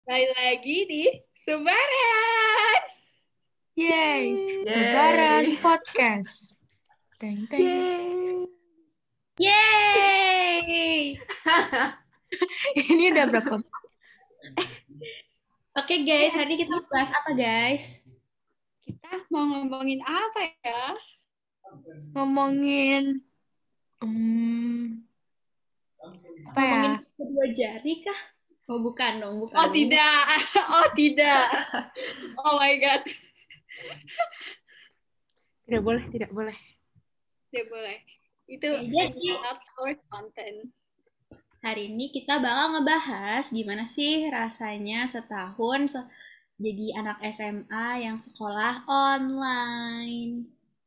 Balik lagi di Sebaran. Yeay, Yeay. Sebaran Podcast. Teng teng. Yeay! Ini udah berapa? Oke guys, hari ini kita bahas apa guys? Kita mau ngomongin apa ya? Ngomongin apa ya? Ngomongin kedua jari kah? Oh bukan dong, bukan. Oh tidak, oh tidak. Oh my god. Tidak boleh, tidak boleh. Tidak boleh. Itu Jadi not our content. hari ini kita bakal ngebahas gimana sih rasanya setahun jadi anak SMA yang sekolah online.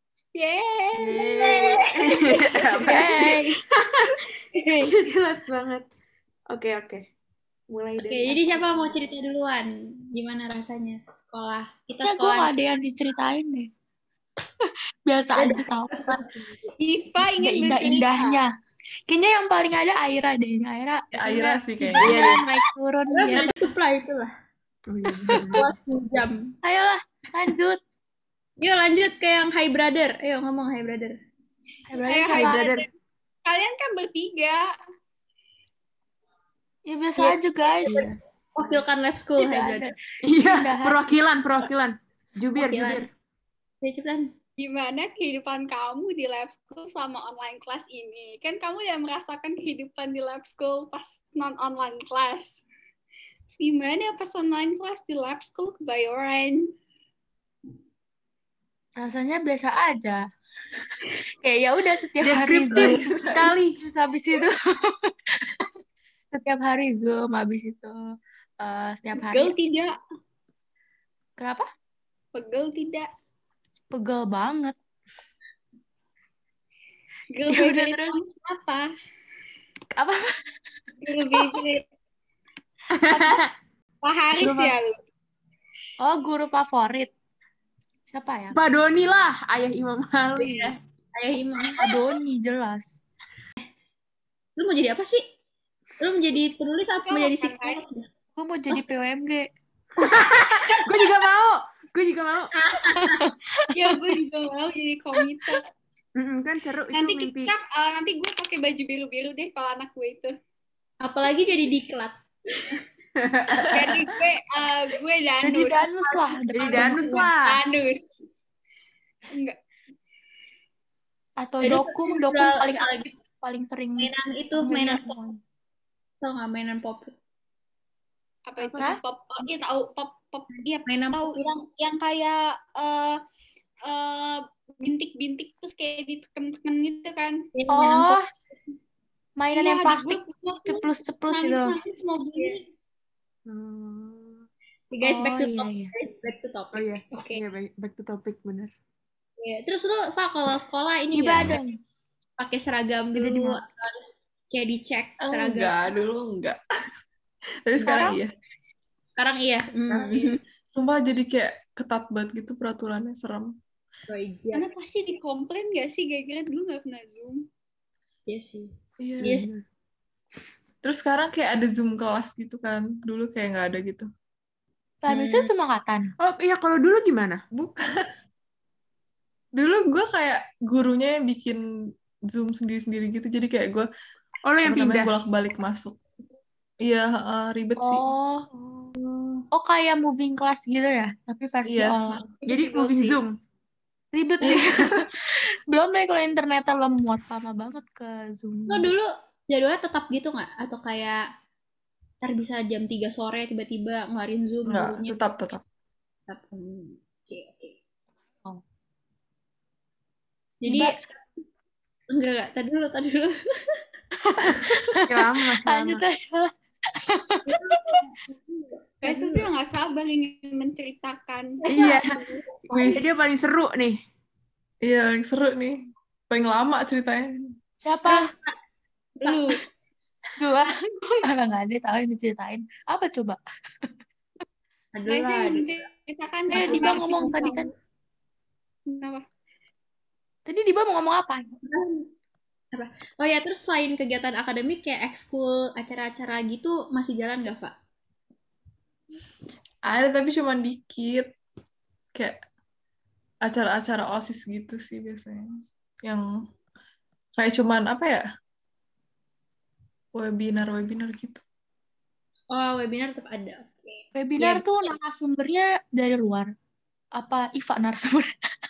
Yeay. Yeay. Jelas banget. Oke. Mulai Oke, dari jadi siapa mau cerita duluan? Gimana rasanya sekolah? Kita Gue sekolah gak ada yang diceritain deh. Biasa aja tau. Diva ingin Indah-indahnya. Kayaknya yang paling ada Aira deh. Aira sih Iya, kayaknya. naik turun biasa. Itulah itulah. Oh, iya, bener. 2 jam. Ayolah, lanjut. Yuk lanjut ke yang Hi Brother. Ayo ngomong Hi Brother. Ayo, Hi, brother. Kalian kan bertiga. Ya biasa aja guys. Wakilkan lab school Hi Tidak Brother. Iya, Indah. perwakilan. Jubir. Ayo cepetan. Gimana kehidupan kamu di lab school sama online class ini? Kan kamu udah merasakan kehidupan di lab school pas non-online class. Terus gimana pas online class di lab school Kebayoran? Rasanya biasa aja. Kayak ya udah setiap hari Deskriptif Zoom. sekali. Terus habis itu setiap hari Zoom, habis itu setiap Pegel hari. tidak? Kenapa? Pegel tidak? Pegel banget. Girl Ya udah favorite terus. kamu siapa? Apa? Girl favorite. Pak Haris Guru ya lu? Oh, guru favorit. Siapa ya? Pak Doni lah, ayah Imam Ali. Iya. Ayah Imam. Adoni jelas. Lu mau jadi apa sih? Lu mau jadi penulis apa mau jadi psikolog? Gue mau jadi PWMG. Gue juga mau. Ya gue juga mau jadi komite. Kan seru itu Nanti mimpi. kita, nanti gue pakai baju biru-biru deh kalau anak gue itu. Apalagi jadi diklat. Jadi gue Jadi danus. danus lah. Jadi danus lah. Danus. Enggak. Atau Jadi dokum jual- paling aktif, paling sering. Mainan itu mainan pop. Tau nggak mainan pop? Apa itu? Hah? Pop. Oh iya tahu pop. Iya Mainan tahu yang kayak bintik-bintik terus kayak diteken-teken gitu kan. Oh, mainan Iya, yang adik plastik gue punya tuh. ceplus-ceplus gitu. Nangis-nangis mau beli. Guys, Oh, back to iya, topic. iya. Guys, back to topic. Oh iya. Oke. Iya, back to topic bener. Iya. Terus lu, Pak, kalau sekolah ini nggak Ibadah. pakai seragam Jadi dulu, mau. harus kayak dicek seragam. Enggak, dulu enggak. Tapi sekarang iya. Sekarang iya. Sekarang iya. Sumpah jadi kayak ketat banget gitu peraturannya, serem. Oh iya. Karena pasti dikomplain gak sih gara-gara dulu gak pernah Zoom. Iya sih. Iya. Iya sih. Bener. Terus sekarang kayak ada Zoom kelas gitu kan. Dulu kayak nggak ada gitu. Habisnya semua angkatan. Oh iya, kalau dulu gimana? Bukan. Dulu gue kayak gurunya yang bikin Zoom sendiri-sendiri gitu. Jadi kayak gue Oh, lo yang pindah. bolak-balik masuk. Iya, ribet sih. Oh kayak moving class gitu ya, tapi versi Iya. online. Jadi Betul moving sih. Zoom. Ribet sih. Belum deh kalau internetnya lemot, lama banget ke Zoom. Lo dulu jadwalnya tetap gitu nggak? Atau kayak ntar bisa jam 3 sore tiba-tiba ngeluarin Zoom Enggak, gurunya? tetap. Oke. Oh. Jadi Mbak, enggak, tadi dulu. Masih lama. lanjut aja. Guys, tuh gak sabar ingin menceritakan. Iya. Wih, Jadi yang paling seru nih. iya yang seru nih. Paling lama ceritanya. Siapa? Lu. Gua malah nggak ada tahu yang diceritain. Apa coba? Adalah. Guys, menceritakan. Diba ngomong tadi kan. Kenapa? Tadi Diba mau ngomong apa? Oh ya, terus selain kegiatan akademik kayak ekskul, acara-acara gitu masih jalan nggak, Pak? Ada tapi cuma dikit. Kayak acara-acara OSIS gitu sih biasanya. Yang kayak cuman apa ya? Webinar gitu. Oh, webinar tetap ada. Oke. Webinar Iya, tuh narasumbernya dari luar. Apa Iva narasumber?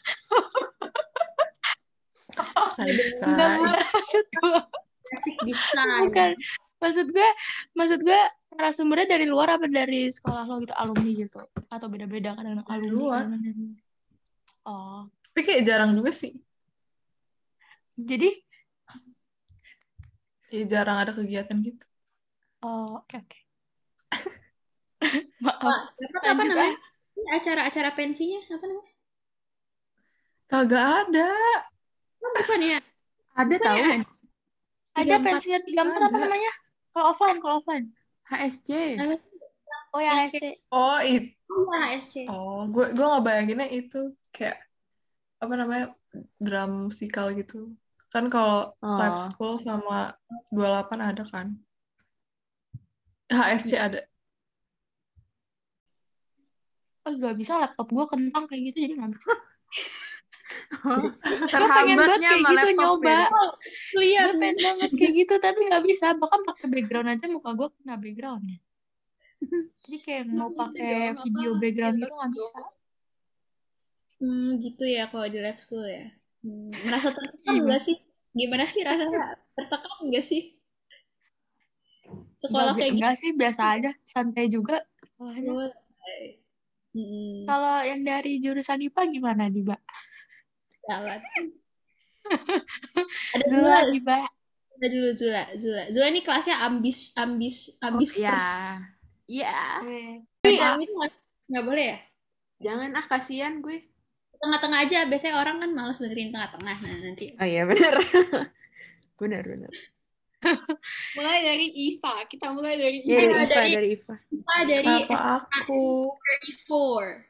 Bisa. Enggak, maksud gue. graphic design. Bukan. Maksud gue narasumbernya dari luar apa dari sekolah lo gitu, alumni gitu? Atau beda-beda kadang Dari alumni, luar. kadang dari luar. Oh, Tapi kayak jarang juga sih. jadi Kayak jarang ada kegiatan gitu. oke. Maaf, Wah, apa lanjut namanya? Ini acara-acara pensinya apa namanya? Kagak ada. Oh, bukan ya? Ada tahu Bukannya ada? Ada 34. pensinya 34 apa Ada. namanya? Kalau offline. HSC. Eh, Oh ya, Oke. HSC. Oh, itu. Iya, HSC. Oh, gue ngebayanginnya itu kayak apa namanya? Drum musikal gitu. Kan kalau live Oh. school sama 28 ada kan. HSC ada. Oh, gak bisa, laptop gue kentang kayak gitu, jadi gak bisa. Oh, Gue pengen banget terhambatnya kayak sama gitu laptop nyoba. ya. Lihat. Gue pengen banget kayak gitu, tapi gak bisa. Bahkan pakai background aja muka gue kena backgroundnya. Jadi kayak mau Gitu pakai dong, video apa? background Gitu gitu gak bisa. Gitu ya kalau di lab school ya. Merasa tertekan Gimana? nggak sih? Gimana sih rasanya? Tertekan nggak sih? Sekolah kayak gitu. Enggak sih, biasa aja. Santai juga sekolahnya. Mm-mm. Kalau yang dari jurusan IPA gimana, Diba? Salah. Ada Zula, Zula. Diba. Ada dulu Zula. Zula ini kelasnya ambis Oh ya. first. Iya. Tapi itu nggak boleh ya? Jangan kasihan gue. Tengah-tengah aja. Biasanya orang kan malas dengerin tengah-tengah. Nah nanti. Oh iya benar. benar. Mulai dari Iva. Kita mulai dari Iya Iva. dari Iya, Iva. Dari Kenapa aku? 34.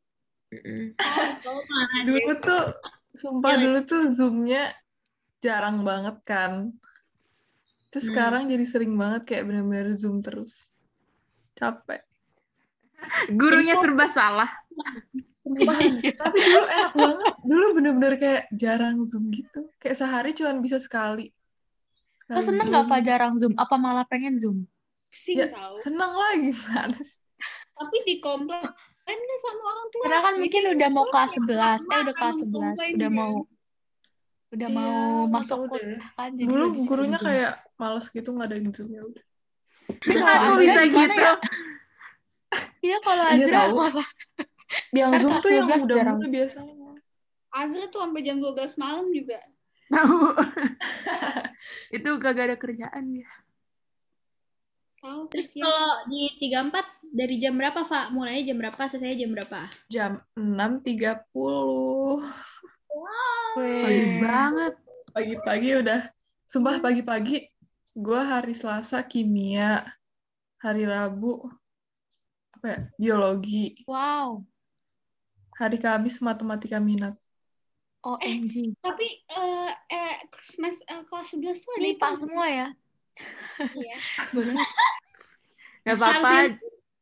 Dulu tuh, sumpah dulu tuh Zoom-nya jarang banget kan. Terus sekarang jadi sering banget kayak bener-bener Zoom terus. Capek. Gurunya serba salah. Tapi dulu enak banget. Dulu bener-bener kayak jarang Zoom gitu. Kayak sehari cuma bisa sekali. Lo seneng gak Pak jarang Zoom? Apa malah pengen Zoom? Pusing Ya, tahu. seneng lah gimana sih. Tapi dikomplain kan sama orang tua. Karena kan mungkin Biasanya udah mau orang kelas tua 11. Udah kelas emang 11. komplain Udah kan. mau Iya, masuk udah. kuliah kan. Jadi Dulu lebih sering gurunya Zoom. kayak males gitu ngadain Zoom ya udah. Tapi kalau Kok Azra bisa gimana gitu? ya? Iya kalau Iya Azra tahu. malah. Yang Kan Zoom kelas tuh yang 12 jarang. muda-muda biasanya. Azra tuh sampai jam 12 malam juga. Tahu. Itu kagak ada kerjaan ya. Tahu. Terus kasihan. kalau di 34 dari jam berapa, Pak? Mulainya jam berapa, selesai jam berapa? Jam 6.30. Pagi banget. Pagi-pagi udah. Sumpah pagi-pagi gue hari Selasa kimia, hari Rabu apa ya? Biologi, Wow. hari Kamis matematika minat. OMG. Tapi kelas 11 tuh ada Ini itu. Pak semua ya? Iya. Boleh. Gak apa-apa.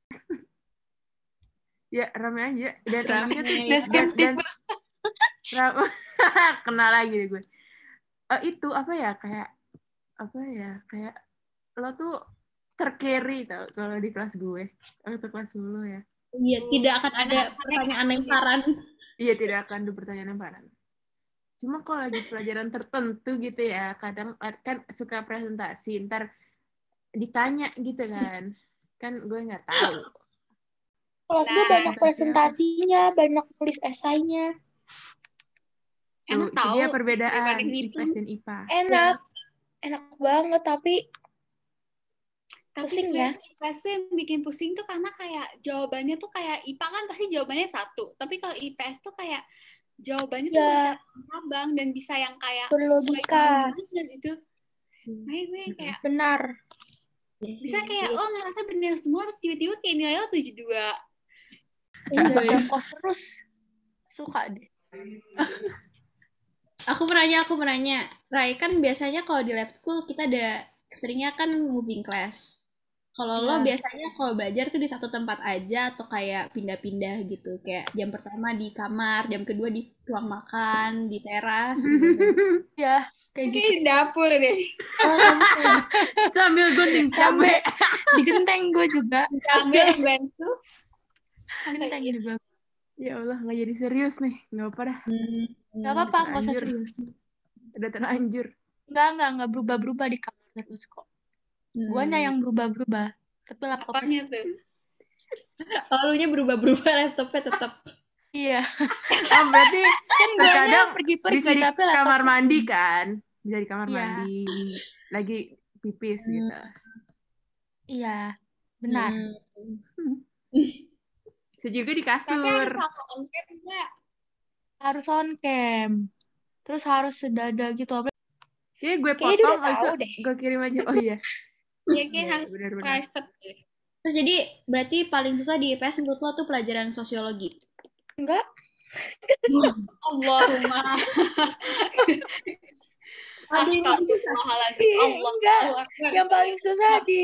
Ya rame aja. Dan enaknya tuh Deskriptif. Kenal lagi deh gue. Itu apa ya kayak lo tuh tercarry tau kalau di kelas gue waktu kelas 10 ya. Iya, tidak akan ada pertanyaan lemparan. Iya tidak akan ada pertanyaan lemparan. Cuma kalau lagi pelajaran tertentu gitu ya kadang kan suka presentasi ntar ditanya gitu kan gue nggak tahu. Kelas gue banyak presentasinya, banyak tulis esainya. Enak Itu tahu. dia perbedaan daripada ngitung. IPS dan IPA. Enak banget, tapi pusing ya. IPS tuh yang bikin pusing tuh karena kayak jawabannya tuh kayak IPA kan pasti jawabannya satu. Tapi kalau IPS tuh kayak jawabannya tuh Ya, abang dan bisa yang kayak berlogika. dan itu. Makanya gue kayak Benar. bisa kayak lo ngerasa bener semua terus tiba-tiba kayak nilai lo 72. Udah kos terus. Suka deh. Aku mau nanya. Rai, kan biasanya kalau di lab school kita ada seringnya kan moving class. Kalau lo Iya. biasanya kalau belajar tuh di satu tempat aja atau kayak pindah-pindah gitu? Kayak jam pertama di kamar, jam kedua di ruang makan, di teras gitu. Ya, kayak Kayak gitu. di dapur deh. Oh, kamu kayak Sambil gunting cabai. Di genteng gue juga. Sambil bantu. Genteng juga. Ya Allah, nggak jadi serius nih. Nggak apa dah. Gak apa-apa, gak usah Terlanjur. serius. Udah terlanjur. Enggak berubah-berubah di kamar terus kok. Guanya yang berubah-berubah. Tapi laptopnya Apanya tuh? Oh, lu nya berubah-berubah, laptopnya tetap. iya. Oh, berarti Kan guanya terkadang pergi-pergi bisa di tapi kamar laptopnya mandi kan? Bisa di kamar Iya. mandi. Lagi pipis gitu. Iya, benar. Bisa juga di Tapi harus kasur. sama on cam nggak? Harus on cam. Terus harus sedada gitu. Kayaknya gue Kayaknya dia potong, udah tahu abis itu deh. gue kirim aja. Oh iya. Ya kayak Iya, harus benar-benar. private deh. Terus jadi berarti paling susah di IPS menurut lo tuh pelajaran sosiologi. Enggak, Allahumma. Astagfirullahaladzim. Ih, enggak. Allahu Akbar. Yang paling susah di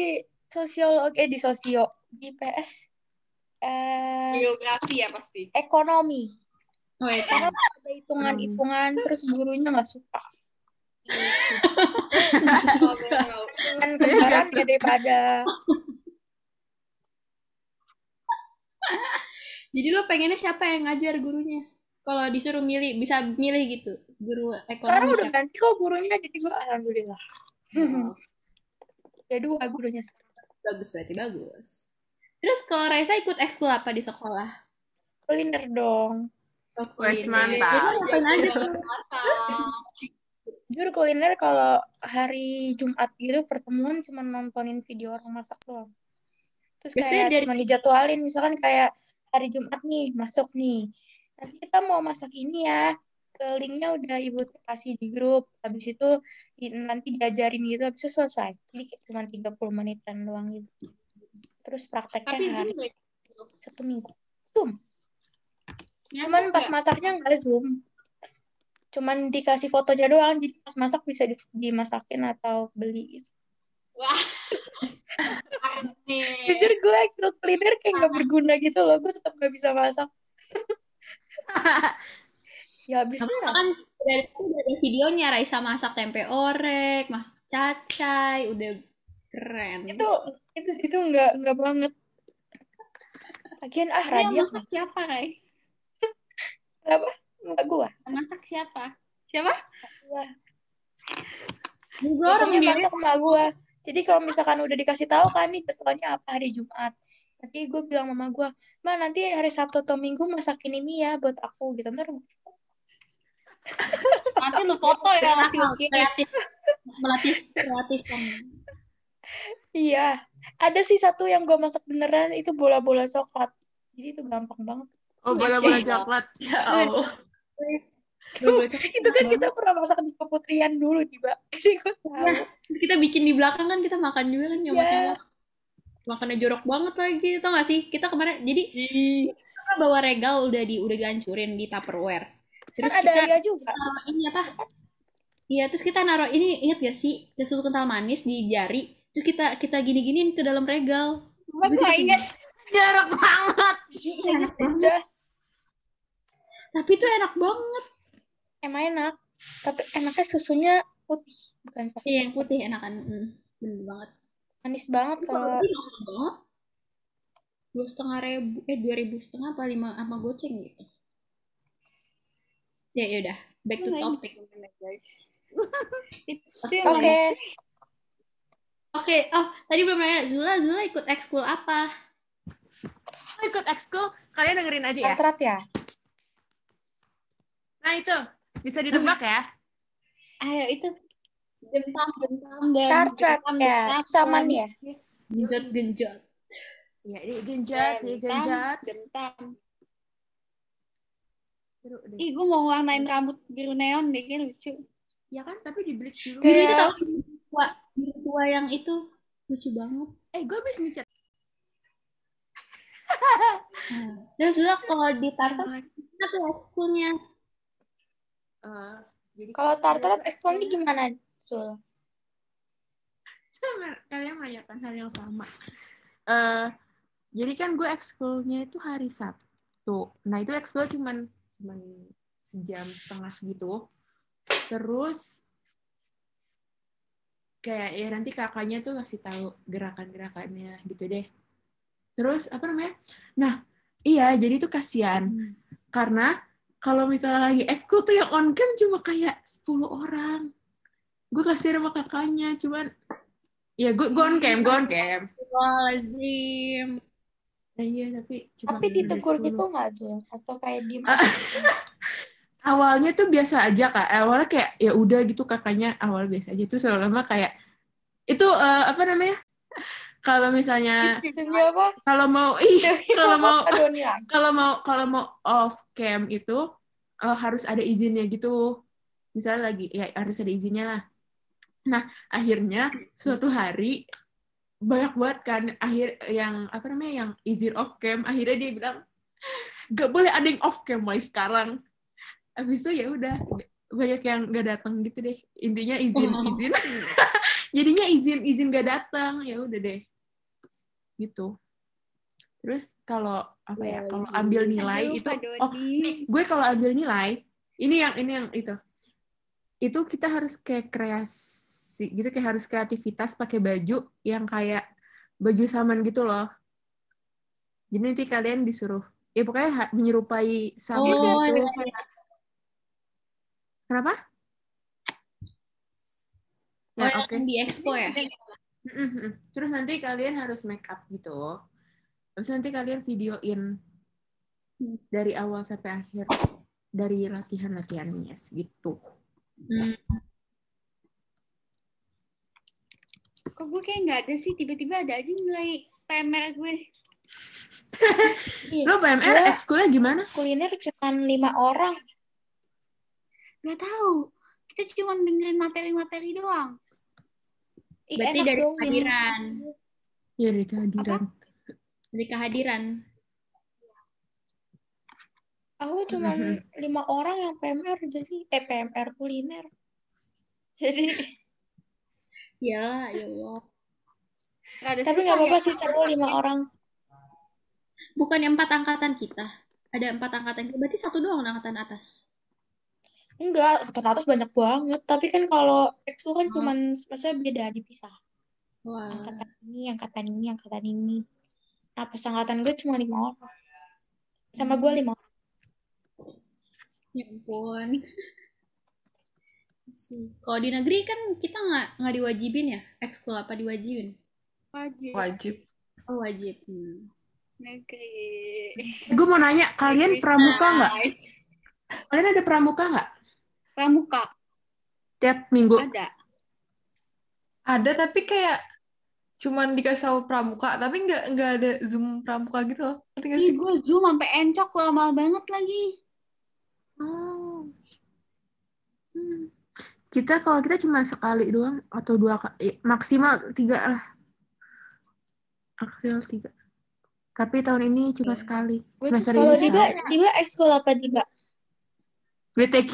di IPS Geografi ya pasti. ekonomi. Oh ya, Karena ada hitungan-hitungan terus gurunya nggak suka. Dengan kembaran ya daripada jadi lo pengennya siapa yang ngajar gurunya? Kalau disuruh milih, bisa milih gitu, guru sekarang ekonomi udah siapa? ganti kok gurunya jadi gue alhamdulillah. Ya dua gurunya sekarang. Bagus, berarti bagus. Terus kalau Raisa ikut ekskul apa di sekolah? Kuliner dong. Wes, Kuliner. mantap. Itu ngapain aja tuh? Jujur kuliner kalau hari Jumat gitu pertemuan cuma nontonin video orang masak doang. Terus Biasanya kayak dari cuma dijadwalin misalkan kayak hari Jumat nih masuk nih. Nanti kita mau masak ini ya. Linknya udah ibu kasih di grup. Habis itu nanti diajarin gitu habis itu selesai. Jadi kayak cuma 30 menitan doang gitu. Terus prakteknya Tapi hari Zoom nggak? Sabtu Minggu. Zoom. Nyambung Cuman pas nggak? masaknya nggak Zoom. Cuman dikasih fotonya doang. Jadi pas masak bisa dimasakin atau beli gitu. Wah. Aneh. Jujur gue ekskul kuliner kayak nggak berguna gitu loh. Gue tetap nggak bisa masak. Ya habis Karena kan dari itu udah ada videonya, Raisa masak tempe orek, masak cacai, udah keren. itu nggak banget. Lagian Yang Radiak masak siapa, Ray? apa? Nggak gua. Yang masak siapa? Siapa? Gua. Juga orang Biasanya dia masak emak gua. Jadi kalau misalkan udah dikasih tahu kan nih jadwalnya apa hari Jumat. Nanti gue bilang mama gue, "Ma, nanti hari Sabtu atau Minggu masakin ini ya buat aku." Gitu. Ntar Nanti lu foto ya masih kirim. kreatif, melatih kreatif kan. iya. Ada sih satu yang gue masak beneran itu bola-bola coklat. Jadi itu gampang banget. Oh, bola-bola coklat. Ya Allah. Itu kan kita pernah masak di keputrian dulu, Tiba. Jadi gue tahu. Terus kita bikin di belakang kan, kita makan juga kan, Iya. nyomot-nyomot. Makannya jorok banget lagi, tau gak sih? Kita kemarin, jadi kita bawa regal udah dihancurin di Tupperware. Terus Kan ada kita Ria juga. naruh ini apa? Iya, terus kita naruh ini, ingat gak sih? Susu kental manis di jari. Terus kita gini-giniin ke dalam regal. Gue Terus kita nggak inget. Jarak banget. Udah. Tapi itu enak banget. Emang enak. Tapi enaknya susunya putih, bukan pakai. Iya, yang putih enakan. Bener banget. Manis banget kalau Tapi mahal banget. 2.500, 2.500 apa 5 sama goceng gitu. Ya yaudah, back to topic. Oke. Oke, oh tadi belum nanya, Zula ikut ekskul apa? Ikut ekskul, kalian dengerin aja ya. Kontrat ya. Nah itu, bisa ditebak ya. Ayo itu gentam dan Kontrat ya. Saman ya. Yes. Genjot. Ya, digenjot. Gentam. Seru deh. Ih, gue mau warnain rambut biru neon deh, kayak lucu. Ya kan, tapi di bleach dulu. Biru itu tau, biru tua yang itu lucu banget. Gue habis ngecat. Terus Zula kalau di Tartar, apa tuh ekskulnya? Jadi Kalau tartarat ekskulnya gimana, Sul? Kalian menanyakan hal yang sama. Jadi kan gue ekskulnya itu hari Sabtu. Nah itu ekskul cuman sejam setengah gitu. Terus kayak ya nanti kakaknya tuh kasih tahu gerakan-gerakannya gitu deh. Terus apa namanya? Nah iya jadi tuh kasihan karena kalau misalnya lagi ekskul tuh yang on cam cuma kayak 10 orang. Gue kasihan sama kakaknya, cuman ya gue on cam. Lazim. Nah, iya tapi cuma Tapi ada ditegur 10. gitu nggak tuh? Atau kayak diem? Awalnya tuh biasa aja Kak. Awalnya kayak ya udah gitu kakaknya awal biasa aja tuh lama kayak itu apa namanya? Kalau misalnya Demi apa? kalau mau Demi kalau apa? mau Aduh nih lagi. kalau mau off cam itu harus ada izinnya gitu. Misalnya lagi ya harus ada izinnya lah. Nah, akhirnya suatu hari banyak banget kan yang apa namanya yang izin off cam, akhirnya dia bilang gak boleh ada yang off cam mulai sekarang. Habis itu ya udah banyak yang gak datang gitu deh. Intinya izin jadinya izin gak datang, ya udah deh gitu. Terus kalau apa ya, kalau ambil nilai Aduh, itu Pak Dodi. nih gue kalau ambil nilai ini yang itu kita harus kayak kreasi gitu, kayak harus kreativitas pakai baju yang kayak baju saman gitu loh. Jadi nanti kalian disuruh ya pokoknya menyerupai sama gitu. Kenapa? Ya, oke. Di expo ya? Terus nanti kalian harus make up gitu. Terus nanti kalian videoin dari awal sampai akhir dari latihan-latihannya gitu. Kok gue kayak nggak ada sih, tiba-tiba ada aja nilai PMR gue. Lo PMR ekskulnya gimana? Kuliner cuma 5 orang. Nggak tahu. Kita cuma dengerin materi-materi doang. Berarti dari kehadiran. Iya, dari kehadiran. Dari kehadiran. Aku cuma 5 orang yang PMR, jadi PMR kuliner. Jadi ya Allah. Tapi nggak apa-apa sih, seru 5 orang. Bukannya 4 angkatan kita? Ada 4 angkatan kita, berarti 1 doang angkatan atas. Enggak, angkatan atas banyak banget. Tapi kan kalau ekskul kan cuma maksudnya beda, dipisah. Wah. Angkatan ini, angkatan ini, angkatan ini. Nah, pas angkatan gue cuma 5 orang. Sama gue 5 orang. Ya ampun. Kalau di negeri kan kita nggak diwajibin ya? Ekskul apa diwajibin? Wajib. Oh, wajib. Negeri. Gue mau nanya, kalian pramuka nggak? Kalian ada pramuka nggak? Pramuka. Tiap minggu? Ada, tapi kayak cuman dikasih tahu pramuka, tapi nggak ada Zoom pramuka gitu loh. Ih, gue Zoom sampai encok lama banget lagi. Oh. Kalau kita cuma sekali doang atau 2 kali, maksimal 3 lah. Maksimal 3. Tapi tahun ini cuma sekali. Semester kalau ini Diba ekskul apa Diba? WTQ.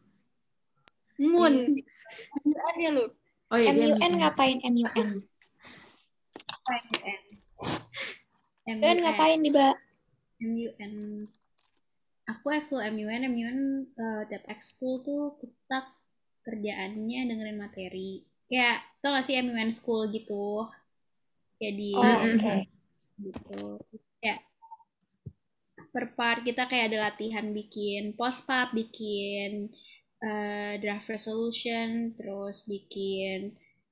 MUN. MUN ya lu? Oh, iya, MUN ngapain MUN? MUN ngapain Diba? MUN. Aku ekskul MUN tiap ekskul tuh kita kerjaannya dengerin materi. Kayak tau gak sih MUN school gitu? Kayak di gitu. Kayak per part kita kayak ada latihan bikin postpap, bikin draft resolution, terus bikin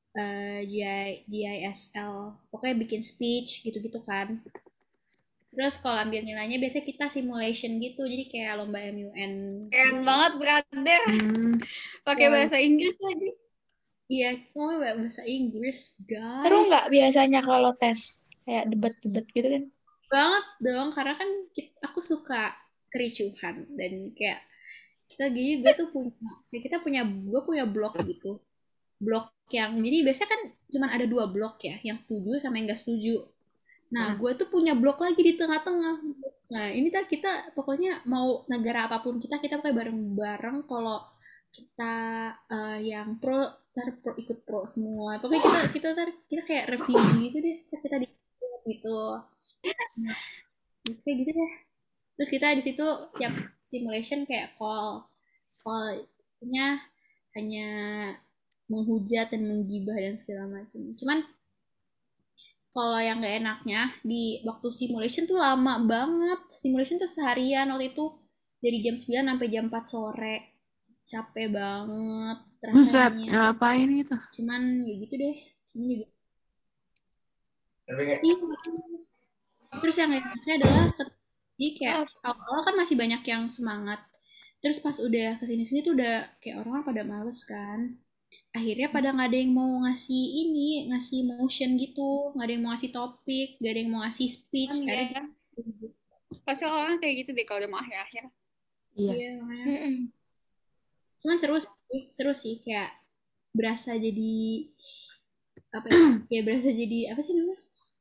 GISL, pokoknya bikin speech gitu-gitu kan. Terus kalau ambil nilainya biasanya kita simulation gitu, jadi kayak lomba MUN. Keren banget brother. Pakai bahasa Inggris lagi. Iya, ngomong bahasa Inggris, guys. Seru nggak biasanya kalau tes kayak debat-debat gitu kan? Banget dong, karena kan aku suka kericuhan dan kayak kita gini, gue punya blog gitu, blog yang jadi biasanya kan cuma ada 2 blog ya, yang setuju sama yang nggak setuju. Nah, gue tuh punya blog lagi di tengah-tengah. Nah, ini kita pokoknya mau negara apapun kita pakai bareng-bareng. Kalau kita yang pro ikut pro semua. Pokoknya kita kayak review gitu deh. Kita di gitu. Nah, kayak gitu deh. Terus kita di situ tiap simulation kayak call-nya hanya menghujat dan menggibah dan segala macam. Cuman kalau yang nggak enaknya di waktu simulation tuh lama banget. Simulation tuh seharian waktu itu dari jam 9 sampai jam 4 sore. Capek banget Buset, rasanya. ngapain itu? Cuman ya gitu deh. Ini juga. Iya. Terus yang enaknya adalah jadi kayak awal-awal kan masih banyak yang semangat. Terus pas udah kesini-sini tuh udah kayak orang pada males kan. Akhirnya pada nggak ada yang mau ngasih motion gitu, nggak ada yang mau ngasih topik, nggak ada yang mau ngasih speech. Iya. Pasti orang kayak gitu deh kalau udah mau akhir-akhir. Iya. Makanya. Cuman seru sih kayak berasa jadi apa ya? Kayak berasa jadi apa sih namanya?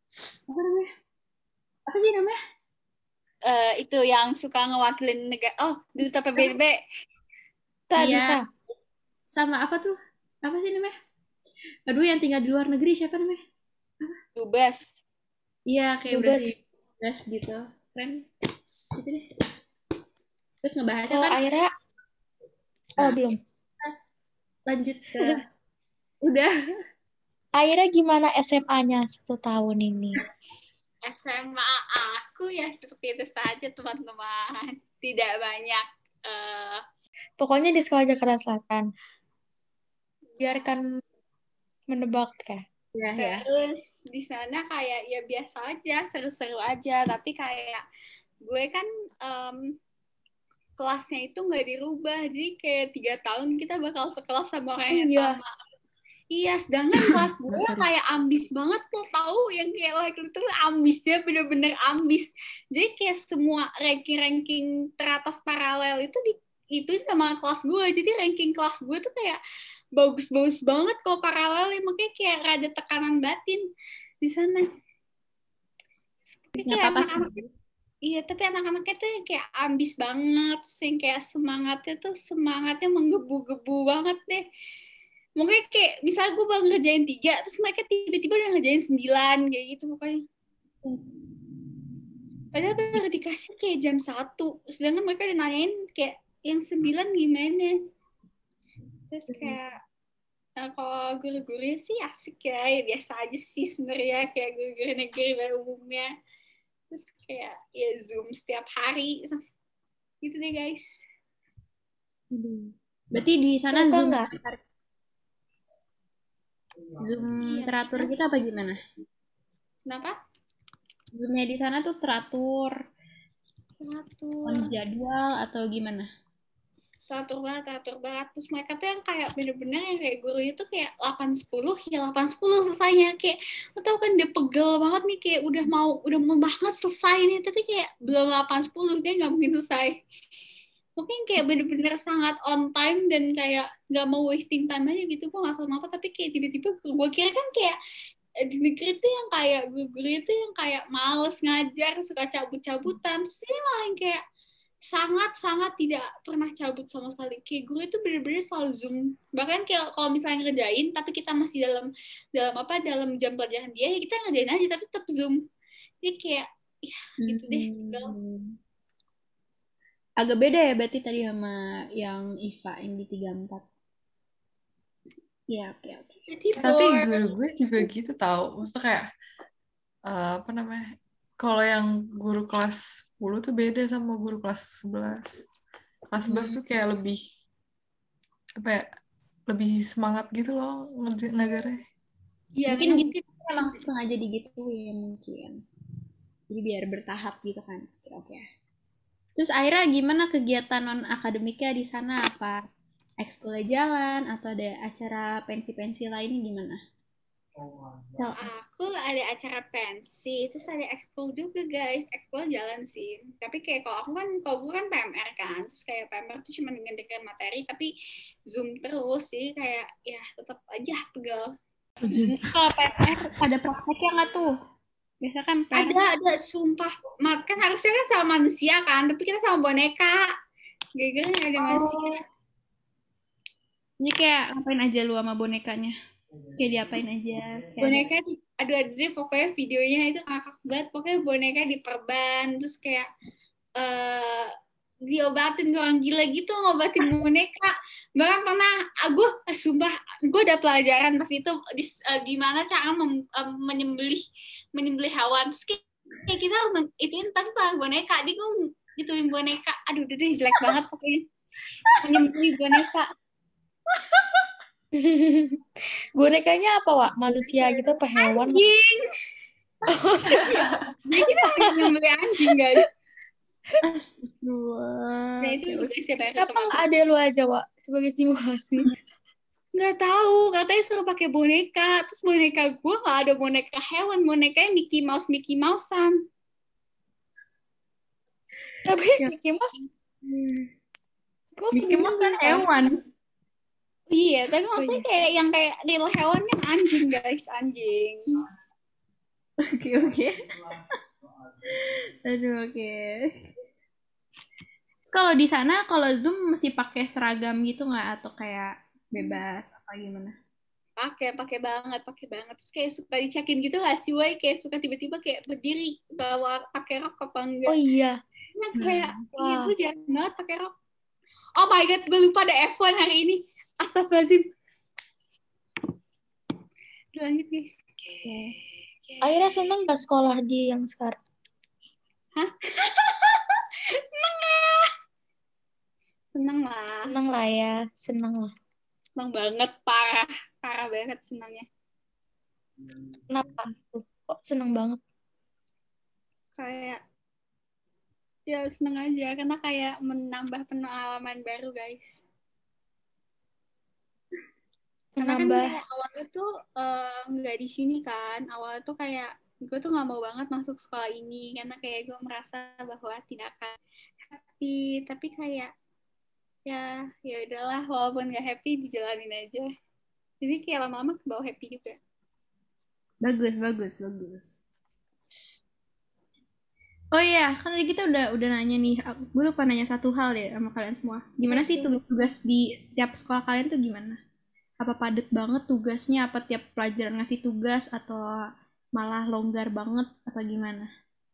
Apa sih namanya? Itu yang suka ngewakilin negara. Oh, duta PBB. Iya. Sama apa tuh? Apa sih namanya? Aduh, yang tinggal di luar negeri siapa namanya? Dubes. Iya, kayak Dubes gitu. Keren. Gitu deh. Terus ngebahasnya kan Aira. Belum. Lanjut ke udah. Aira gimana SMA-nya 1 tahun ini? SMA aku ya seperti itu saja teman-teman. Tidak banyak. Pokoknya di sekolah Jakarta Selatan. Biarkan menebak ya. Terus di sana kayak ya biasa aja, seru-seru aja. Tapi kayak gue kan kelasnya itu nggak dirubah. Jadi kayak 3 tahun kita bakal sekelas sama orang yang sama. Iya, sedangkan kelas gue kayak ambis banget lo tahu yang kayak like itu ambisnya bener-bener ambis. Jadi kayak semua ranking teratas paralel itu sama kelas gue. Jadi ranking kelas gue tuh kayak bagus-bagus banget kalau paralel, makanya kayak rada tekanan batin di sana. Nggak apa-apa sih. Iya, tapi anak-anaknya tuh yang kayak ambis banget, yang kayak semangatnya menggebu-gebu banget deh. Mungkin kayak misalnya gue baru ngerjain 3, terus mereka tiba-tiba udah ngerjain 9, kayak gitu pokoknya. Padahal baru dikasih kayak jam 1, sedangkan mereka udah nanyain kayak yang 9 gimana. Terus kayak kalau guru-gurunya sih asik ya biasa aja sih sebenarnya kayak guru-guru negeri pada umumnya. Terus kayak ya Zoom setiap hari gitu deh guys. Berarti di sana Zoom teratur kita apa gimana? Kenapa? Zoomnya di sana tuh teratur jadwal atau gimana? Teratur banget. Terus mereka tuh yang kayak bener-bener yang kayak guru itu kayak 8-10 ya 8-10 selesainya. Kayak lo tau kan dia pegel banget nih kayak udah mau banget selesai nih, tapi kayak belum 8-10 dia nggak mungkin selesai. Mungkin kayak bener-bener sangat on time dan kayak nggak mau wasting time aja gitu. Gue nggak tahu kenapa, tapi kayak tiba-tiba gue kira kan kayak di negeri itu yang kayak guru itu yang kayak males ngajar, suka cabut-cabutan. Terus ini malah yang kayak sangat-sangat tidak pernah cabut sama sekali. Kayak guru itu bener-bener selalu Zoom. Bahkan kayak kalau misalnya ngerjain, tapi kita masih dalam jam pelajaran dia, ya kita ngerjain aja, tapi tetap Zoom. Jadi kayak, ya gitu deh. Agak beda ya berarti tadi sama yang IVA yang di 34. Iya, oke. Tapi guru gue juga gitu tau. Maksudnya kayak, apa namanya, kalau yang guru kelas 10 tuh beda sama guru kelas 11. Kelas 11 tuh kayak lebih, apa ya, lebih semangat gitu loh ngajarnya. Iya, mungkin gitu emang sengaja digituin mungkin. Jadi biar bertahap gitu kan. Oke. Terus Aira gimana kegiatan non-akademiknya di sana? Apa ekskulnya jalan atau ada acara pensi-pensi lainnya gimana? Aku ada acara pensi, terus ada ekskul juga guys. Ekskul jalan sih. Tapi kayak kalau gue kan PMR kan, terus kayak PMR tuh cuma dengerin materi, tapi Zoom terus sih kayak ya tetap aja pegel. Terus kalau PMR ada prakteknya nggak tuh? Biasa kan ada sumpah. Kan harusnya kan sama manusia kan, tapi kita sama boneka. Gara-gara nggak ada manusia. Jadi kayak ngapain aja lu sama bonekanya? Kayak diapain aja? Kayak Boneka aduh deh pokoknya videonya itu ngakak banget. Pokoknya boneka diperban terus kayak diobatin orang gila gitu ngobatin boneka. Bahkan pernah sumpah gue ada pelajaran pas itu gimana cara menyembelih hewan. Terus kayak kita harus ituin tanpa boneka. Dia gue gituin boneka. Aduh udah deh jelek banget pokoknya. Menyembelih boneka. Bonekanya apa, Wak? Manusia gitu apa hewan? Anjing. Jadi kita menyembelih anjing guys. Astagfirullah. Nah itu juga siapa yang Kenapa nggak ada lu aja, Wak, sebagai simulasi? Nggak tahu, katanya suruh pakai boneka. Terus boneka gue nggak ada boneka hewan, bonekanya Mickey Mouse-an. Tapi Mickey Mouse kan hewan. Iya, tapi maksudnya kayak yang kayak real hewan kan anjing guys, anjing. Oke. Aduh, oke. Kalau di sana, kalau Zoom mesti pakai seragam gitu nggak? Atau kayak bebas apa gimana? Pakai banget. Terus kayak suka dicekin gitu lah sih, Wai. Kayak suka tiba-tiba kayak berdiri bawa pakai rok apa enggak. Oh iya. Nah, kayak, iya gue jarang banget pakai rok. Oh my god, gue lupa ada F1 hari ini. Astagfirullahaladzim. Lanjut guys. Akhirnya seneng gak sekolah di yang sekarang? Hah? Seneng lah. Seneng lah ya, seneng lah. Seneng banget, parah banget senangnya. Kenapa tuh? Kok seneng banget? Kayak ya seneng aja karena kayak menambah pengalaman baru guys. Karena kan kayak awalnya tuh nggak di sini kan, awalnya tuh kayak gue tuh nggak mau banget masuk sekolah ini karena kayak gue merasa bahwa tidak akan happy, tapi kayak ya udahlah walaupun nggak happy dijalanin aja. Jadi kayak lama-lama ke bawah happy juga. Bagus. Oh iya, kan tadi kita udah nanya nih. Gue lupa nanya satu hal deh sama kalian semua. Gimana sih tugas di tiap sekolah kalian tuh gimana? Apa padat banget tugasnya? Apa tiap pelajaran ngasih tugas? Atau malah longgar banget? Apa gimana?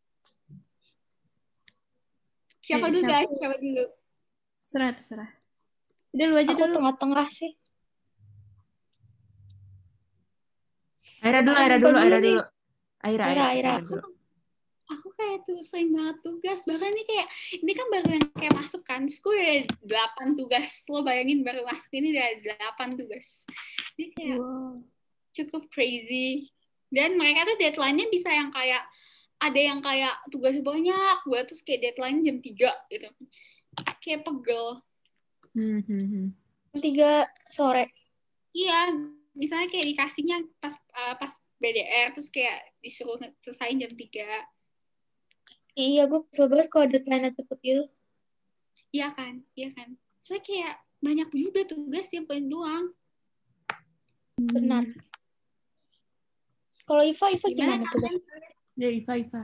Siapa dulu guys? Siapa dulu? Terserah. Udah lu aja aku dulu. Aku tengah-tengah sih. Aira dulu. Aira dulu. Aku kayak tuh sering banget tugas. Bahkan ini kayak, ini kan baru yang kayak masuk kan. Terus gue udah 8 tugas. Lo bayangin baru masuk ini udah 8 tugas. Jadi kayak cukup crazy. Dan mereka tuh deadline-nya bisa yang kayak, ada yang kayak tugasnya banyak. Gue terus kayak deadline jam 3 gitu. Kayak pegel. Jam 3 sore? Iya. Misalnya kayak dikasihnya pas BDR. Terus kayak disuruh selesaiin jam 3. Iya, gue kesel banget kalau deadline-nya cepet gitu. Iya kan. Soalnya kayak banyak juga tugas yang poin doang. Benar. Kalau Iva gimana tuh? Ya, Iva.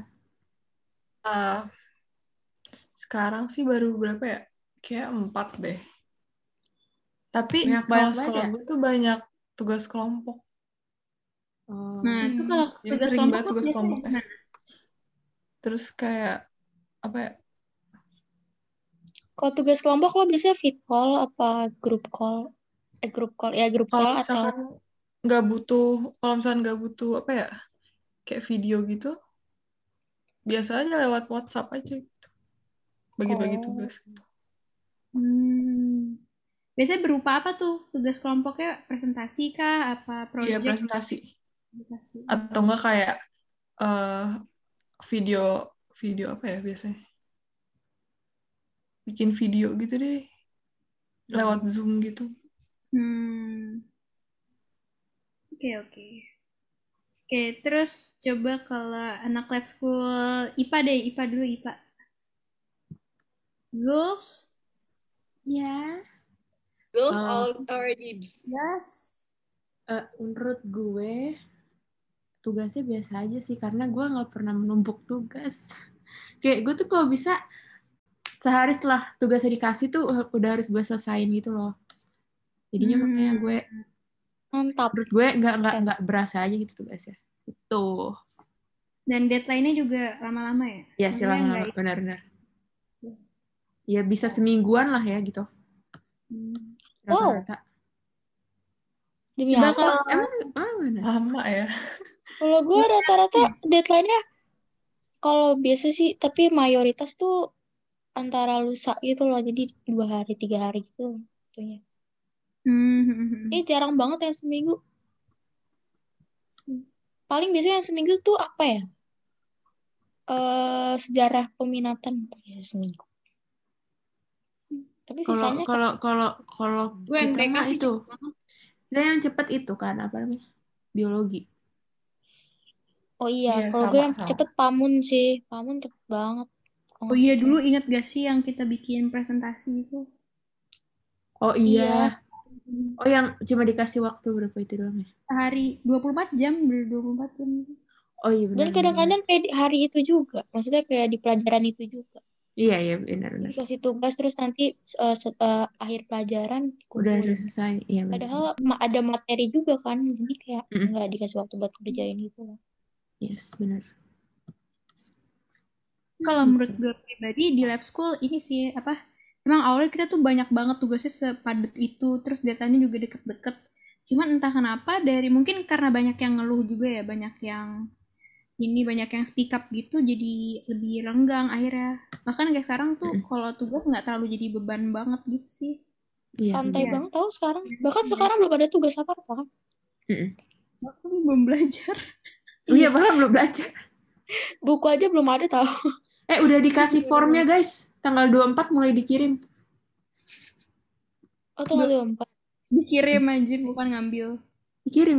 Sekarang sih baru berapa ya? Kayak 4 deh. Tapi banyak sekolah gue tuh banyak tugas kelompok. Nah, itu kalau tugas kelompok Terus kayak apa ya? Kalau tugas kelompok lo biasanya fit call apa grup call? Grup call atau nggak butuh, kalau misalkan nggak butuh apa ya, kayak video gitu, biasa aja lewat WhatsApp aja gitu. Bagi-bagi tugas gitu. Biasanya berupa apa tuh tugas kelompoknya? Presentasi kah? Apa project? Iya, presentasi. Atau enggak kayak video apa ya biasanya? Bikin video gitu deh. Lewat Zoom gitu. Oke, terus coba kalau anak lab school IPA dulu. Zulz? Ya. Zulz all our dibs. Yes. Menurut gue tugasnya biasa aja sih karena gue nggak pernah menumpuk tugas. Kayak gue tuh kalau bisa sehari setelah tugasnya dikasih tuh udah harus gue selesain gitu loh. Jadinya makanya gue Mantap. menurut gue nggak berasa aja gitu tugasnya. Itu. Dan deadline-nya juga lama-lama ya? Ya sih Maksudnya lama-lama nggak- benar-benar. Ya bisa semingguan lah ya gitu. Wow. Rata-rata. Demi Coba apa? kalau Emang mana? Lama ya. Kalau gue rata-rata deadline-nya kalau biasa sih, tapi mayoritas tuh antara lusa gitu loh. Jadi 2 hari, 3 hari gitu. Tentunya. Jarang banget yang seminggu. Paling biasanya yang seminggu tuh apa ya? Sejarah peminatan biasa seminggu. Tapi sisanya Kalau Gue yang kita BK mah sih itu. cepet banget. Kita yang cepet itu kan apa namanya? Biologi. oh iya, Iya, kalau gue yang sama-sama. cepet Pamun sih. Pamun cepet banget. Kalau Oh nggak iya, salah. dulu ingat gak sih yang kita bikin presentasi itu? Oh Iya. iya. Oh yang cuma dikasih waktu berapa itu doang ya? Sehari 24 jam, 24 jam. Oh iya Dan benar. kadang-kadang kayak di hari itu juga. Maksudnya kayak di pelajaran itu juga. Iya benar. Dikasih tugas terus nanti akhir pelajaran Udah kumpulin. selesai. Iya benar. Padahal ada materi juga kan. Jadi kayak Mm-mm. nggak dikasih waktu buat kerjain gitu loh. Yes, benar. Kalau menurut gue pribadi di lab school ini sih apa? Emang awalnya kita tuh banyak banget tugasnya sepadat itu, terus deadline-nya juga deket-deket. Cuman entah kenapa mungkin karena banyak yang ngeluh juga ya, banyak yang speak up gitu, jadi lebih renggang akhirnya. Bahkan kayak sekarang tuh kalau tugas nggak terlalu jadi beban banget gitu sih. Iya, Santai bener. banget tau sekarang. Bahkan sekarang belum ada tugas apa-apa kan. Aku belum belajar. Iya, bahkan belum belajar. Buku aja belum ada tau. Udah dikasih formnya guys. Tanggal 24 mulai dikirim. Oh tanggal 24. Dikirim aja, bukan ngambil. Dikirim.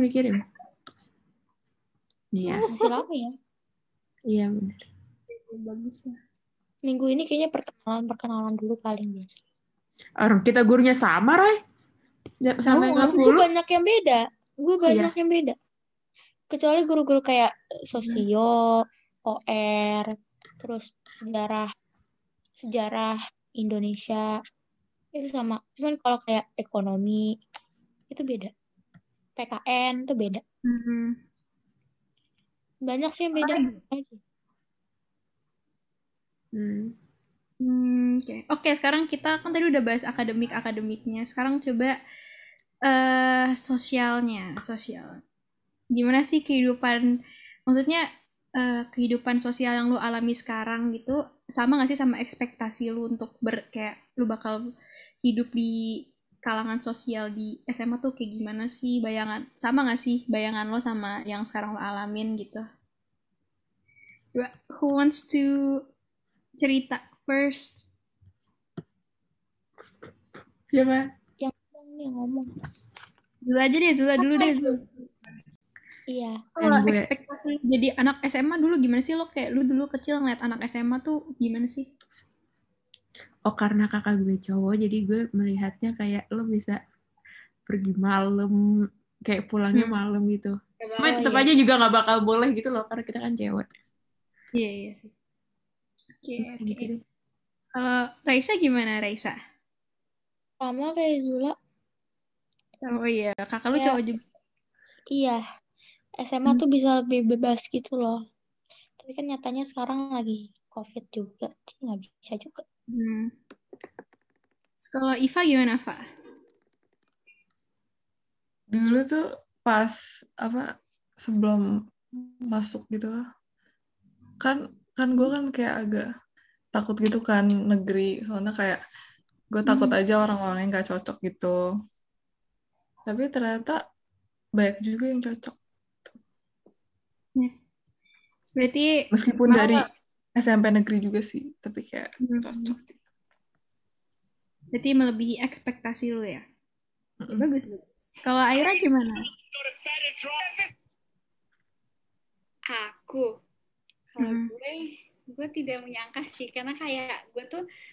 Iya. Masih lama ya. Iya benar. Bagus lah. Minggu ini kayaknya perkenalan dulu paling biasa. Orang kita gurunya sama, Ray. Sampai kelas Gue 10. banyak yang beda. Yang beda. Kecuali guru-guru kayak sosio, OR, terus sejarah Indonesia itu sama. Cuman kalau kayak ekonomi itu beda. PKN itu beda. Banyak sih yang beda. Oke, sekarang kita kan tadi udah bahas akademiknya. Sekarang coba sosial. Gimana sih kehidupan, maksudnya kehidupan sosial yang lu alami sekarang gitu, sama gak sih sama ekspektasi lu untuk kayak lu bakal hidup di kalangan sosial di SMA tuh kayak gimana sih, sama gak sih bayangan lo sama yang sekarang lo alamin gitu? Coba, who wants to cerita first? Siapa? Yang ngomong. Dulu aja deh, Zula dulu deh. Iya. Kalau ekspektasi jadi anak SMA dulu gimana sih lo? Kayak lu dulu kecil ngeliat anak SMA tuh gimana sih? Oh karena kakak gue cowok, jadi gue melihatnya kayak lo bisa pergi malam, kayak pulangnya malam gitu. Cuma tetap aja juga nggak bakal boleh gitu loh, karena kita kan cewek. Iya sih. Oke. Gitu. Kalau Raisa gimana, Raisa? Sama kayak Zula. Oh iya, kakak lu cowok juga. Iya, SMA tuh bisa lebih bebas gitu loh. Tapi kan nyatanya sekarang lagi COVID juga, jadi nggak bisa juga. Kalau Iva gimana, Fa? Dulu tuh pas sebelum masuk gitu kan gue kan kayak agak takut gitu kan negeri, soalnya kayak gue takut aja orang-orangnya nggak cocok gitu. Tapi ternyata banyak juga yang cocok. Ya. Berarti meskipun dari SMP negeri juga sih, tapi kayak cocok. Berarti melebihi ekspektasi lu ya? Bagus. Kalau Aira gimana? Kalau gue tidak menyangka sih, karena kayak gue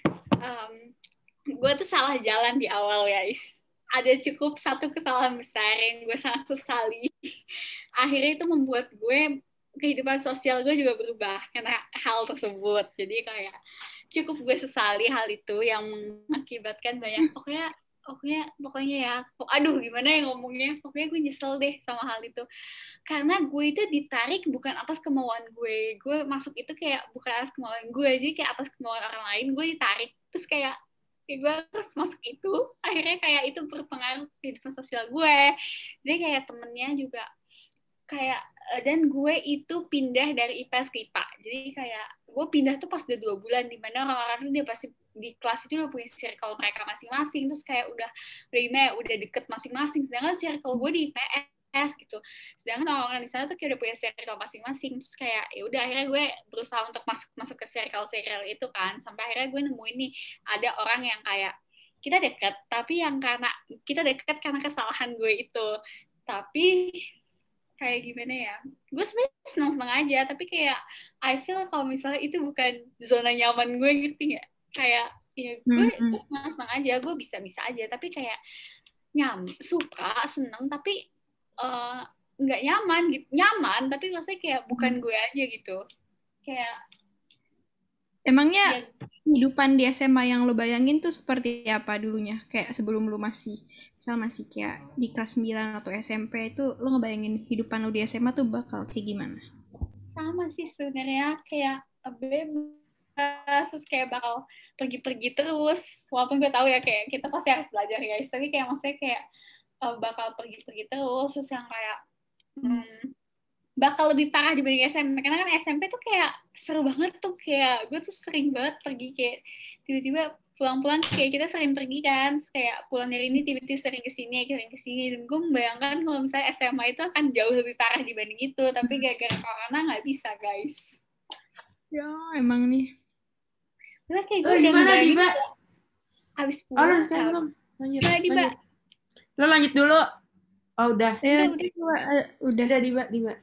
tuh salah jalan di awal guys. Ada cukup satu kesalahan besar yang gue sangat sesali. Akhirnya itu membuat kehidupan sosial gue juga berubah karena hal tersebut. Jadi kayak cukup gue sesali hal itu yang mengakibatkan banyak, pokoknya pokoknya ya, aduh gimana ya ngomongnya, pokoknya gue nyesel deh sama hal itu, karena gue itu ditarik bukan atas kemauan gue masuk itu kayak bukan atas kemauan gue, jadi kayak atas kemauan orang lain gue ditarik, terus kayak gue harus masuk itu, akhirnya kayak itu berpengaruh ke kehidupan sosial gue, jadi kayak temennya juga kayak dan gue itu pindah dari IPS ke IPA, jadi kayak gue pindah tuh pas udah 2 bulan, dimana orang-orang tuh dia pasti di kelas itu udah punya circle mereka masing-masing, terus kayak udah deket masing-masing, sedangkan circle gue di IPS gitu, sedangkan orang-orang di sana tuh kayak udah punya circle masing-masing, terus kayak ya udah akhirnya gue berusaha untuk masuk ke circle itu kan, sampai akhirnya gue nemuin nih ada orang yang kayak kita dekat, tapi yang karena kita dekat karena kesalahan gue itu, tapi kayak gimana ya, gue sebenarnya senang-senang aja, tapi kayak I feel kalau misalnya itu bukan zona nyaman gue, ngerti nggak, kayak ya gue senang-senang aja, gue bisa-bisa aja, tapi kayak suka seneng tapi nggak nyaman gitu, nyaman tapi maksudnya kayak bukan gue aja gitu, kayak Emangnya ya kehidupan di SMA yang lo bayangin tuh seperti apa dulunya? Kayak sebelum lo masih kayak di kelas 9 atau SMP itu, lo ngebayangin kehidupan lo di SMA tuh bakal kayak gimana? sama sih sebenarnya, kayak bebas, terus kayak bakal pergi-pergi terus, walaupun gue tahu ya kayak kita pasti harus belajar guys, tapi kayak maksudnya kayak bakal pergi-pergi terus yang kayak bakal lebih parah dibanding SMP, karena kan SMP tuh kayak seru banget tuh, kayak gue tuh sering banget pergi, kayak tiba-tiba pulang-pulang kayak kita sering pergi kan, terus kayak pulang dari ini tiba-tiba sering kesini, dan gue membayangkan kalau misalnya SMA itu akan jauh lebih parah dibanding itu, tapi gara-gara corona nggak bisa guys. Ya emang nih. Karena kayak gue Lo udah gimana ngebayangin Diba? abis Oh lo pulang udah selesai belum? Gimana, Diba? Lo lanjut dulu. Oh udah. Udah. Diba.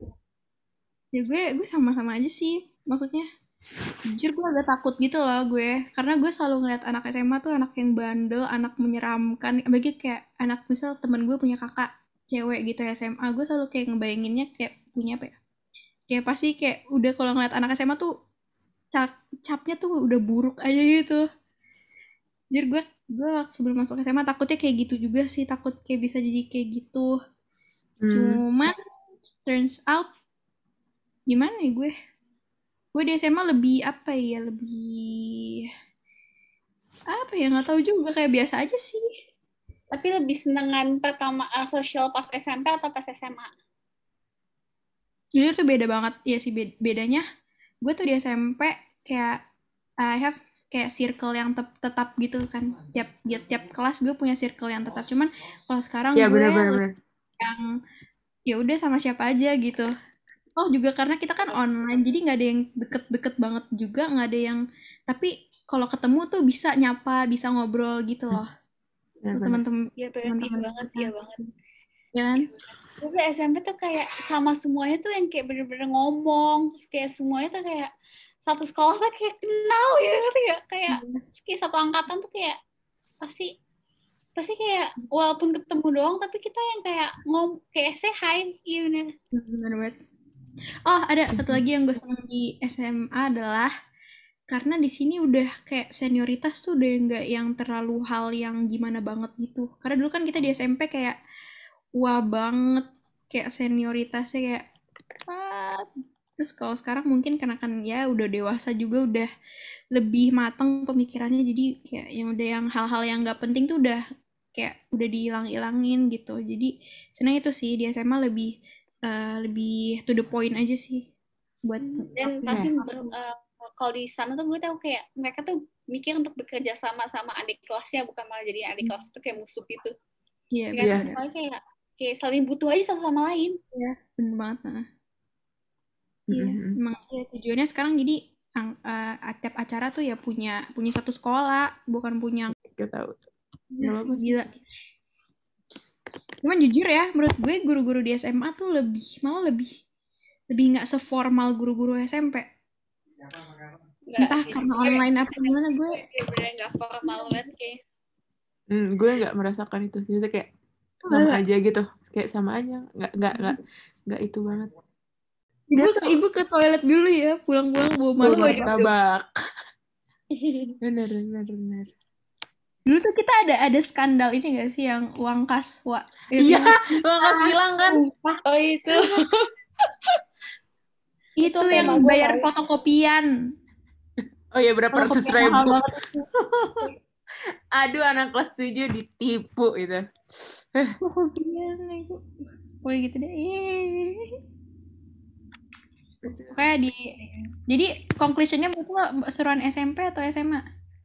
Ya gue sama-sama aja sih, maksudnya jujur gue agak takut gitu loh gue, karena gue selalu ngeliat anak SMA tuh anak yang bandel, anak menyeramkan, bagi kayak anak, misal temen gue punya kakak cewek gitu SMA, gue selalu kayak ngebayanginnya kayak punya apa ya, kayak pasti kayak udah kalau ngeliat anak SMA tuh capnya tuh udah buruk aja gitu. Jujur gue sebelum masuk SMA takutnya kayak gitu juga sih, takut kayak bisa jadi kayak gitu. Cuman turns out gimana ya, gue di SMA lebih apa ya, nggak tahu juga, kayak biasa aja sih. Tapi lebih senengan pertama sosial pas SMP atau pas SMA? Jujur tuh beda banget ya sih, bedanya gue tuh di SMP kayak I have kayak circle yang tetap gitu kan, tiap kelas gue punya circle yang tetap, cuman kalau sekarang ya, gue bener. yang ya udah sama siapa aja gitu. Oh juga karena kita kan online, jadi nggak ada yang deket-deket banget juga, nggak ada yang, tapi kalau ketemu tuh bisa nyapa, bisa ngobrol gitu loh. Teman-teman. Iya banget. Ya kan? Gue SMP tuh kayak sama semuanya tuh yang kayak bener-bener ngomong, terus kayak semuanya tuh kayak satu sekolah tuh kayak kenal ya, ngerti gak? Kayak satu angkatan tuh kayak pasti kayak walaupun ketemu doang, tapi kita yang kayak kayak say hi, iya bener. Bener banget. Oh ada satu lagi yang gue seneng di SMA adalah karena di sini udah kayak senioritas tuh udah nggak yang terlalu hal yang gimana banget gitu. Karena dulu kan kita di SMP kayak wah banget, kayak senioritasnya kayak terus kalau sekarang mungkin karena kan ya udah dewasa juga, udah lebih matang pemikirannya, jadi kayak yang udah yang hal-hal yang nggak penting tuh udah kayak udah dihilang-hilangin gitu. Jadi senang itu sih di SMA lebih to the point aja sih buat. Dan pasti kalau di sana tuh gue tahu kayak mereka tuh mikir untuk bekerja sama adik kelasnya, bukan malah jadi adik kelas tuh kayak musuh gitu. Iya, benar. Kayak saling butuh aja satu sama lain. Iya, benar banget. Iya, emang ya, tujuannya sekarang jadi tiap acara tuh ya punya satu sekolah, bukan punya. Gak tahu. Gila. Cuman jujur ya, menurut gue guru-guru di SMA tuh malah lebih nggak seformal guru-guru SMP. Entah karena online apa gimana, gue bener nggak formal banget kayak. Gue nggak merasakan itu, jadi kayak sama aja gitu, kayak sama aja, nggak itu banget. Ibu ke toilet dulu ya, pulang-pulang bawa martabak. Bener. Dulu tuh kita ada skandal ini gak sih yang uang kas Iya, uang kas hilang kan? Oh itu. itu Itu yang tema gua bayar tahu. fotokopian. Oh ya, berapa ratus Fotokopian mahal ribu? banget. Aduh, anak kelas 7 ditipu itu. Fotokopian itu. Pokoknya gitu deh. Pokoknya jadi conclusionnya menurut lo seruan SMP atau SMA?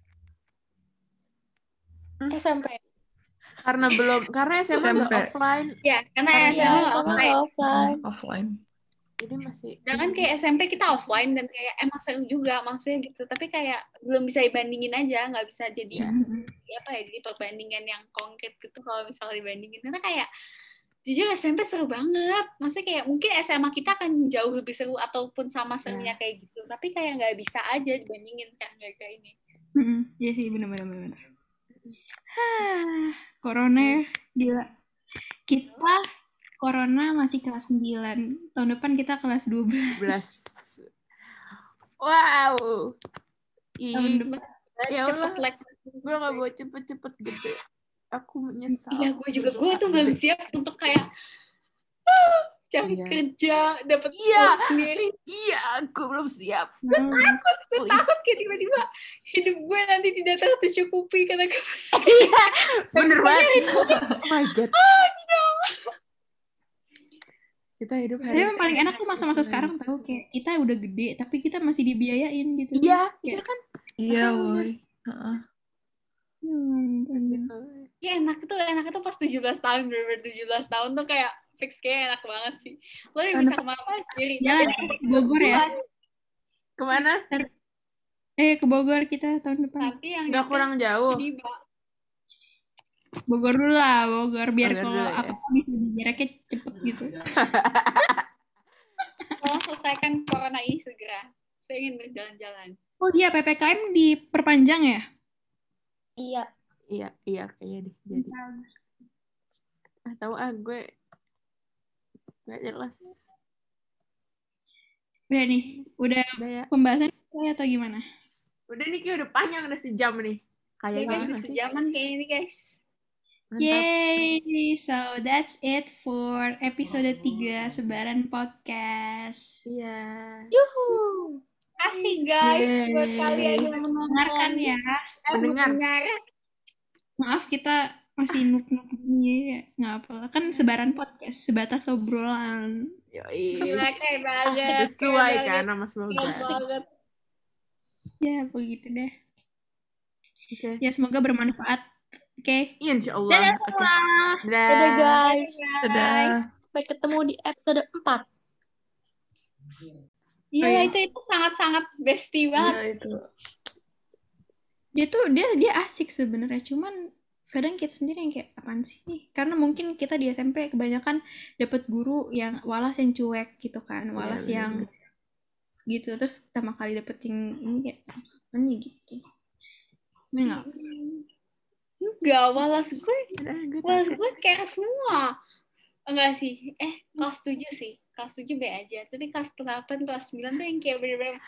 SMP. Karena SMA nggak SMP. offline, Ya, karena Iya, SMA nggak sama offline. offline. Offline. jadi masih. Jangan kayak SMP kita offline dan kayak emang seru juga maksudnya gitu. Tapi kayak belum bisa dibandingin aja, nggak bisa jadi apa ya, jadi perbandingan yang konkret gitu kalau misalnya dibandingin. Karena kayak jujur SMP seru banget. Maksudnya kayak mungkin SMA kita akan jauh lebih seru ataupun sama serunya kayak gitu. Tapi kayak nggak bisa aja dibandingin kayak ini. Iya sih, bener-bener. Corona gila. Kita Corona masih kelas 9. Tahun depan kita kelas 12. Wow. Tahun depan. Ya Cepet Allah. Gue gak mau cepet-cepet gitu. Aku menyesal. Iya, gue tuh belum siap untuk kayak cari kerja, dapat uang sendiri. Iya, aku belum siap. Gue takut kayak tiba-tiba hidup gue nanti tidak tercukupi karena Iya, bener banget. Oh my god. Kita hidup Tapi yang paling enak tuh masa-masa sekarang tahu kayak kita udah gede tapi kita masih dibiayain gitu. Iya, kayak, kan? Iya, woy. Ya enak tuh pas 17 tahun, bener-bener 17 tahun tuh kayak fix kayak enak banget sih. Lo udah bisa kemana-mana sendiri. Jalan Bogor ya. Kemana? Ke Bogor kita tahun depan. Nanti yang nggak kurang jauh. Bogor dulu lah, Bogor biar kalau apa bisa jaraknya cepet gitu. Tolong selesaikan corona ini segera. Saya ingin berjalan-jalan. Oh iya, PPKM diperpanjang ya? Iya. Iya kayaknya deh jadi. Tahu gue nggak jelas. Udah nih, udah ya. pembahasan atau gimana? Udah nih kayak udah panjang, udah sejam nih. Kayaknya udah sejaman kayak ini guys. Mantap. Yay! So that's it for episode 3 Sebaran Podcast. Iya. Yuhu. Kasih guys buat kalian yang Mendengarkan ya. Mendengar. Maaf kita masih noob-noob gini ya. Nggak apa-apa. Kan Sebaran Podcast, sebatas obrolan. Yoi. Banget. Sesuai kan sama slogan. Ya, begitu deh. Oke. Ya, semoga bermanfaat. Oke. Insya Allah. Dadah semua. Dadah guys. Dadah. Sampai ketemu di episode 4. Iya, itu sangat-sangat bestie banget. Iya, itu. Dia asik sebenarnya, cuman kadang kita sendiri yang kayak apaan sih? Karena mungkin kita di SMP kebanyakan dapat guru yang walas yang cuek gitu kan, walas yang gitu, terus pertama kali dapetin ini kayak apanya gitu. Enggak walas gue kayak semua. Enggak sih, kelas 7 sih. Kelas 7 B aja. Tapi kelas 8, kelas 9 tuh yang kayak bener-bener